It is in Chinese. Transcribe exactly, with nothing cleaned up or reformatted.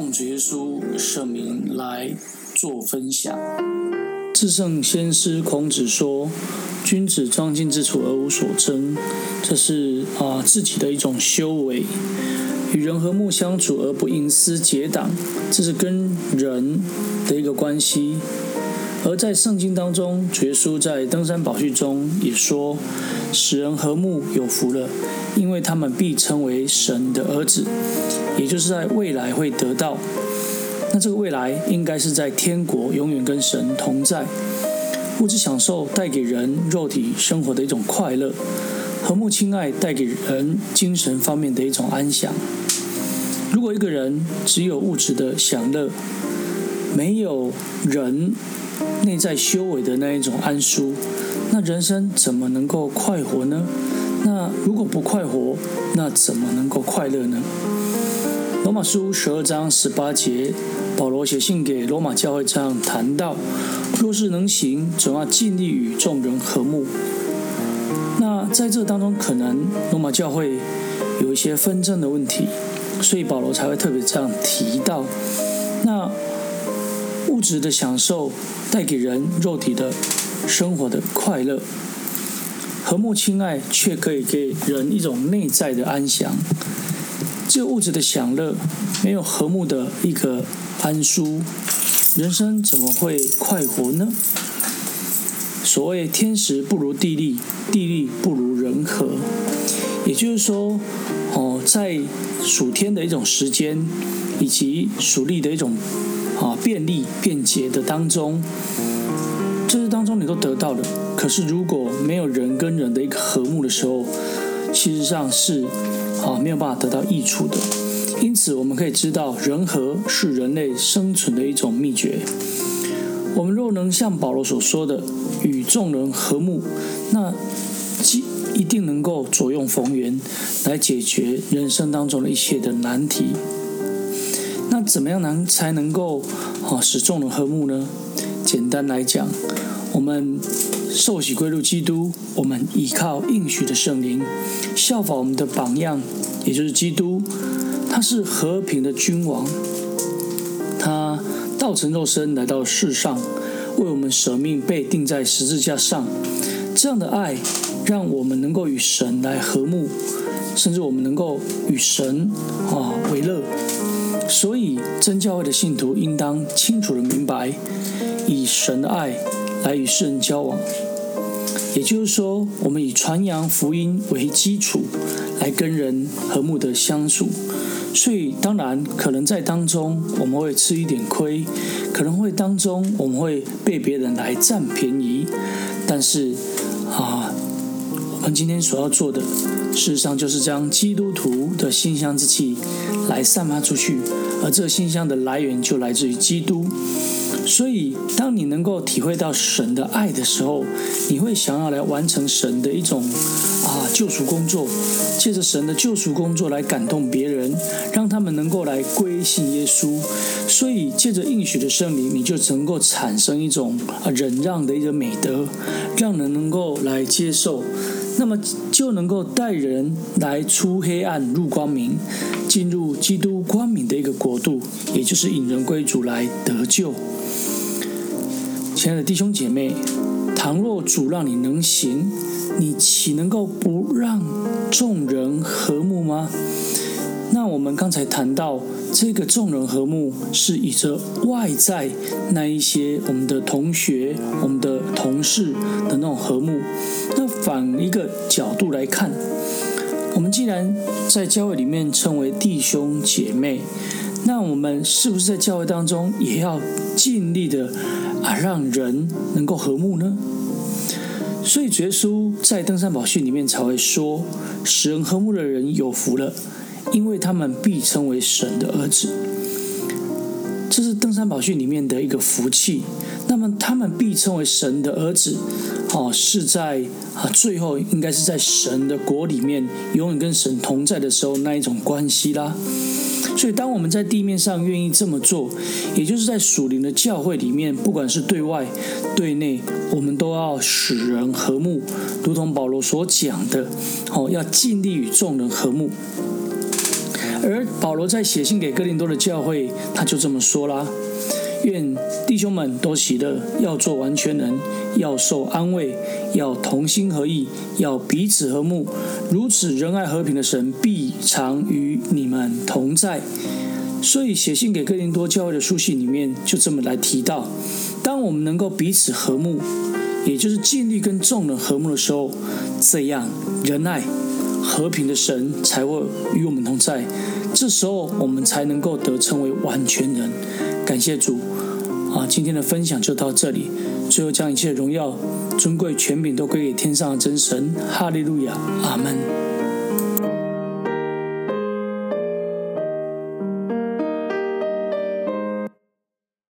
奉主耶稣圣名来做分享。至圣先师孔子说：“君子庄敬之处而无所争。”这是啊、呃、自己的一种修为。与人和睦相处而不营私结党，这是跟人的一个关系。而在圣经当中，主耶稣在登山宝训中也说：“使人和睦有福了，因为他们必称为神的儿子。”也就是在未来会得到。那这个未来应该是在天国，永远跟神同在。物质享受带给人肉体生活的一种快乐，和睦亲爱带给人精神方面的一种安详。如果一个人只有物质的享乐，没有人内在修为的那一种安舒，那人生怎么能够快活呢？那如果不快活，那怎么能够快乐呢？罗马书十二章十八节，保罗写信给罗马教会这样谈到：若是能行，总要尽力与众人和睦。那在这当中，可能罗马教会有一些纷争的问题，所以保罗才会特别这样提到。那物质的享受带给人肉体的生活的快乐，和睦亲爱却可以给人一种内在的安详。只有物质的享乐，没有和睦的一个安舒，人生怎么会快活呢？所谓天时不如地利，地利不如人和，也就是说，哦，在属天的一种时间，以及属力的一种啊便利便捷的当中，这些当中你都得到了。可是如果没有人跟人的一个和睦的时候，其实上是啊没有办法得到益处的。因此我们可以知道，人和是人类生存的一种秘诀。我们若能像保罗所说的与众人和睦，那一定能够左右逢源，来解决人生当中的一切的难题。那怎么样能才能够啊使众人和睦呢？简单来讲，我们受洗归入基督，我们依靠应许的圣灵，效法我们的榜样，也就是基督。他是和平的君王，他道成肉身来到世上，为我们舍命被钉在十字架上。这样的爱让我们能够与神来和睦，甚至我们能够与神啊为乐。所以真教会的信徒应当清楚地明白，以神的爱来与世人交往。也就是说，我们以传扬福音为基础，来跟人和睦的相处。所以当然可能在当中我们会吃一点亏，可能会当中我们会被别人来占便宜，但是啊，我们今天所要做的，事实上就是将基督徒的馨香之气来散发出去，而这馨香的来源就来自于基督。所以当你能够体会到神的爱的时候，你会想要来完成神的一种啊救赎工作，借着神的救赎工作来感动别人，让他们能够来归信耶稣。所以借着应许的圣灵，你就能够产生一种啊忍让的一个美德，让人能够来接受，那么就能够带人来出黑暗入光明，进入基督光明的一个国度，也就是引人归主来得救。亲爱的弟兄姐妹，倘若主让你能行，你岂能够不让众人和睦吗？那我们刚才谈到这个众人和睦是以着外在那一些我们的同学、我们的同事的那种和睦，那反一个角度来看，我们既然在教会里面称为弟兄姐妹，那我们是不是在教会当中也要尽力的啊让人能够和睦呢？所以主耶稣在登山宝训里面才会说，使人和睦的人有福了，因为他们必称为神的儿子。这是登山宝训里面的一个福气。那么他们必称为神的儿子，哦，是在啊最后应该是在神的国里面永远跟神同在的时候那一种关系啦。所以当我们在地面上愿意这么做，也就是在属灵的教会里面，不管是对外对内，我们都要使人和睦，如同保罗所讲的，哦，要尽力与众人和睦。 而保罗在写信给哥林多的教会，他就这么说啦：愿弟兄们都喜乐，要做完全人，要受安慰，要同心合意，要彼此和睦，如此仁爱和平的神必常与你们同在。所以写信给哥林多教会的书信里面就这么来提到，当我们能够彼此和睦，也就是尽力跟众人和睦的时候，这样仁爱和平的神才会与我们同在，这时候我们才能够得称为完全人。感谢主啊！今天的分享就到这里，最后将一切荣耀、尊贵、权柄都归给天上的真神。哈利路亚，阿们。